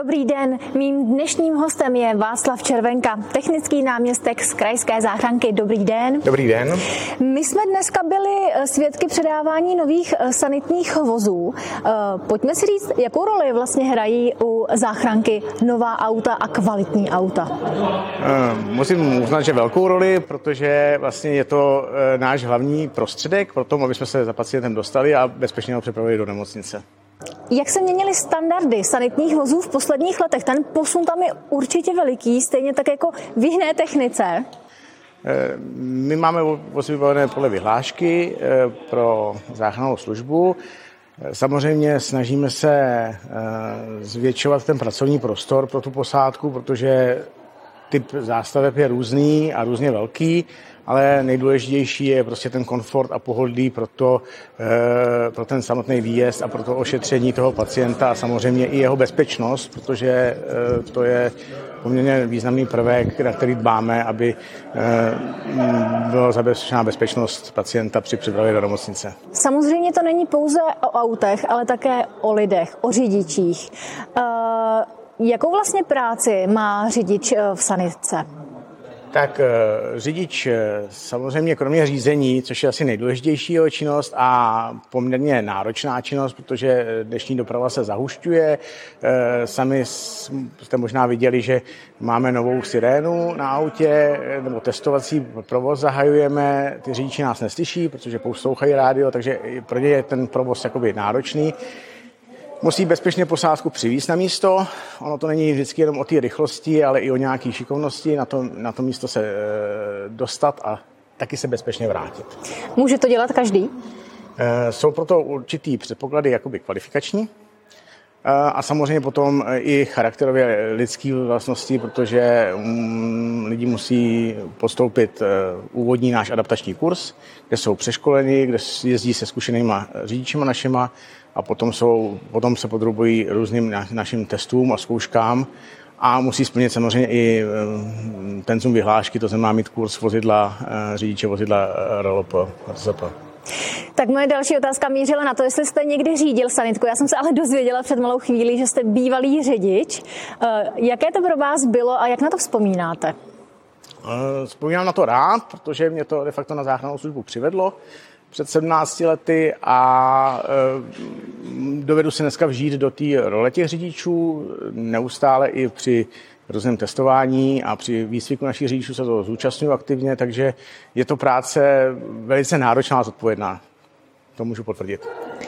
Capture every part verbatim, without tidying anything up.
Dobrý den, mým dnešním hostem je Václav Červenka, technický náměstek z Krajské záchranky. Dobrý den. Dobrý den. My jsme dneska byli svědky předávání nových sanitních vozů. Pojďme si říct, jakou roli vlastně hrají u záchranky nová auta a kvalitní auta. Musím uznat, že velkou roli, protože vlastně je to náš hlavní prostředek pro to, aby jsme se za pacientem dostali a bezpečně ho přepravili do nemocnice. Jak se měnily standardy sanitních vozů v posledních letech? Ten posun tam je určitě veliký, stejně tak jako v jiné technice. My máme vozy vybavené podle vyhlášky pro záchrannou službu. Samozřejmě snažíme se zvětšovat ten pracovní prostor pro tu posádku, protože typ zástaveb je různý a různě velký, ale nejdůležitější je prostě ten komfort a pohodlí pro, to, pro ten samotný výjezd a pro to ošetření toho pacienta a samozřejmě i jeho bezpečnost, protože to je poměrně významný prvek, na který dbáme, aby byla zabezpečená bezpečnost pacienta při přepravě do nemocnice. Samozřejmě to není pouze o autech, ale také o lidech, o řidičích. Jakou vlastně práci má řidič v sanitce? Tak řidič samozřejmě kromě řízení, což je asi nejdůležitější jeho činnost a poměrně náročná činnost, protože dnešní doprava se zahušťuje. Sami jste možná viděli, že máme novou sirénu na autě, nebo testovací provoz zahajujeme. Ty řidiči nás neslyší, protože poslouchají rádio, takže pro ně je ten provoz jakoby náročný. Musí bezpečně posádku přivízt na místo. Ono to není vždycky jenom o té rychlosti, ale i o nějaké šikovnosti na to, na to místo se e, dostat a taky se bezpečně vrátit. Může to dělat každý? E, jsou proto určitý předpoklady jakoby kvalifikační e, a samozřejmě potom i charakterově lidské vlastnosti, protože um, lidi musí podstoupit e, úvodní náš adaptační kurz, kde jsou přeškoleni, kde jezdí se zkušenýma řidičima našima, a potom, jsou, potom se podrobují různým našim testům a zkouškám a musí splnit samozřejmě i penzum vyhlášky, to znamená mít kurz vozidla, řidiče vozidla R L P, R Z P. Tak moje další otázka mířila na to, jestli jste někdy řídil sanitku. Já jsem se ale dozvěděla před malou chvílí, že jste bývalý řidič. Jaké to pro vás bylo a jak na to vzpomínáte? Vzpomínám na to rád, protože mě to de facto na záchrannou službu přivedlo před sedmnácti lety a e, dovedu se dneska vžít do té role těch řidičů. Neustále i při různém testování a při výcviku našich řidičů se to zúčastňuji aktivně, takže je to práce velice náročná a zodpovědná. To můžu potvrdit.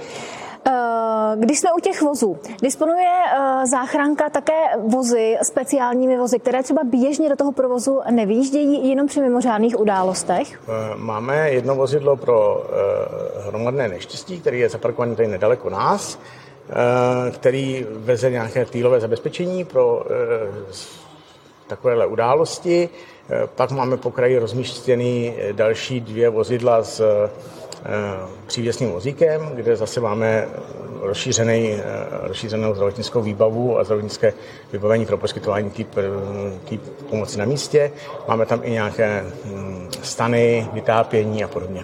Když jsme u těch vozů, disponuje záchranka také vozy, speciálními vozy, které třeba běžně do toho provozu nevýjíždějí jenom při mimořádných událostech? Máme jedno vozidlo pro hromadné neštěstí, který je zaparkovaný tady nedaleko nás, který veze nějaké týlové zabezpečení pro takovéhle události. Pak máme po kraji rozmístěný další dvě vozidla s přívěsným vozíkem, kde zase máme rozšířený, rozšířenou zdravotnickou výbavu a zdravotnické vybavení pro poskytování té pomoci na místě. Máme tam i nějaké stany, vytápění a podobně.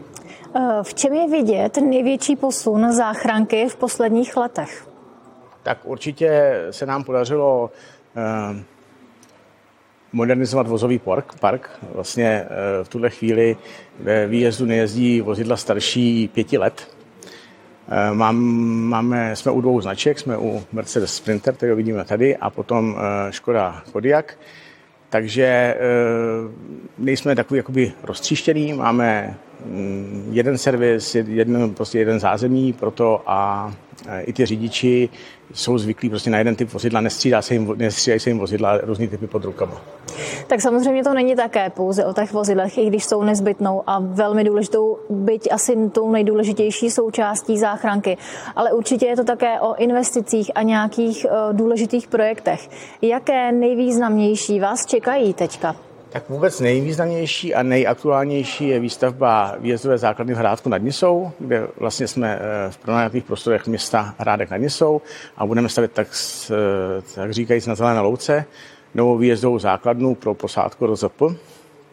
V čem je vidět největší posun záchranky v posledních letech? Tak určitě se nám podařilo modernizovat vozový park. park. Vlastně v tuhle chvíli ve výjezdu nejezdí vozidla starší pěti let. Mám, máme, jsme u dvou značek, jsme u Mercedes Sprinter, který vidíme tady, a potom Škoda Kodiaq. Takže nejsme takový jakoby roztříštěný, máme jeden servis, jeden, prostě jeden zázemí pro to a i ty řidiči jsou zvyklí prostě na jeden typ vozidla, nestřídá se jim, nestřídají se jim vozidla, různý typy pod rukama. Tak samozřejmě to není také pouze o těch vozidlech, i když jsou nezbytnou a velmi důležitou, byť asi tou nejdůležitější součástí záchranky, ale určitě je to také o investicích a nějakých uh, důležitých projektech. Jaké nejvýznamnější vás čekají teďka? Tak vůbec nejvýznamnější a nejaktuálnější je výstavba výjezdové základny v Hrádku nad Nisou, kde vlastně jsme v pronajatých prostorech města Hrádek nad Nisou a budeme stavět tak, tak říkajíc na zelené louce novou výjezdovou základnu pro posádku R Z P.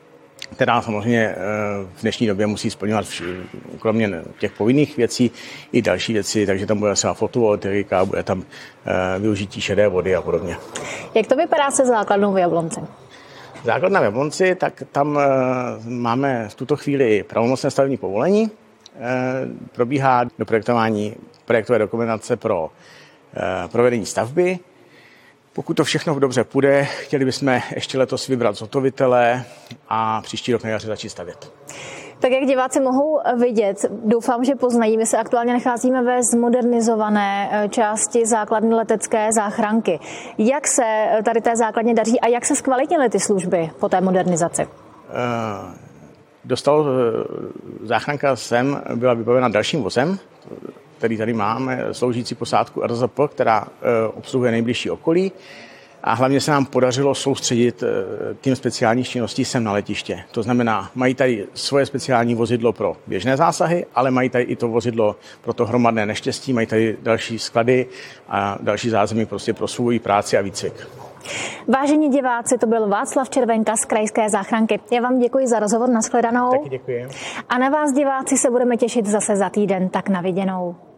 která samozřejmě v dnešní době musí splňovat kromě těch povinných věcí i další věci, takže tam bude třeba fotovoltaika, bude tam využití šedé vody a podobně. Jak to vypadá se základnou v Jablonci? Základna v Jablonci, tak tam máme v tuto chvíli pravomocné stavební povolení. Probíhá doprojektování projektové dokumentace pro provedení stavby. Pokud to všechno dobře půjde, chtěli bychom ještě letos vybrat zhotovitele a příští rok na jaře začít stavět. Tak jak diváci mohou vidět, doufám, že poznají, my se aktuálně nacházíme ve zmodernizované části základny letecké záchranky. Jak se tady té základně daří a jak se zkvalitnily ty služby po té modernizaci? Uh, dostal záchranka sem, byla vybavena dalším vozem, který tady máme, sloužící posádku R Z P, která obsluhuje nejbližší okolí. A hlavně se nám podařilo soustředit tým speciálních činností sem na letiště. To znamená, mají tady svoje speciální vozidlo pro běžné zásahy, ale mají tady i to vozidlo pro to hromadné neštěstí, mají tady další sklady a další zázemí prostě pro svou práci a výcvik. Vážení diváci, to byl Václav Červenka z Krajské záchranky. Já vám děkuji za rozhovor, nashledanou. Taky děkuji. A na vás, diváci, se budeme těšit zase za týden, tak na viděnou.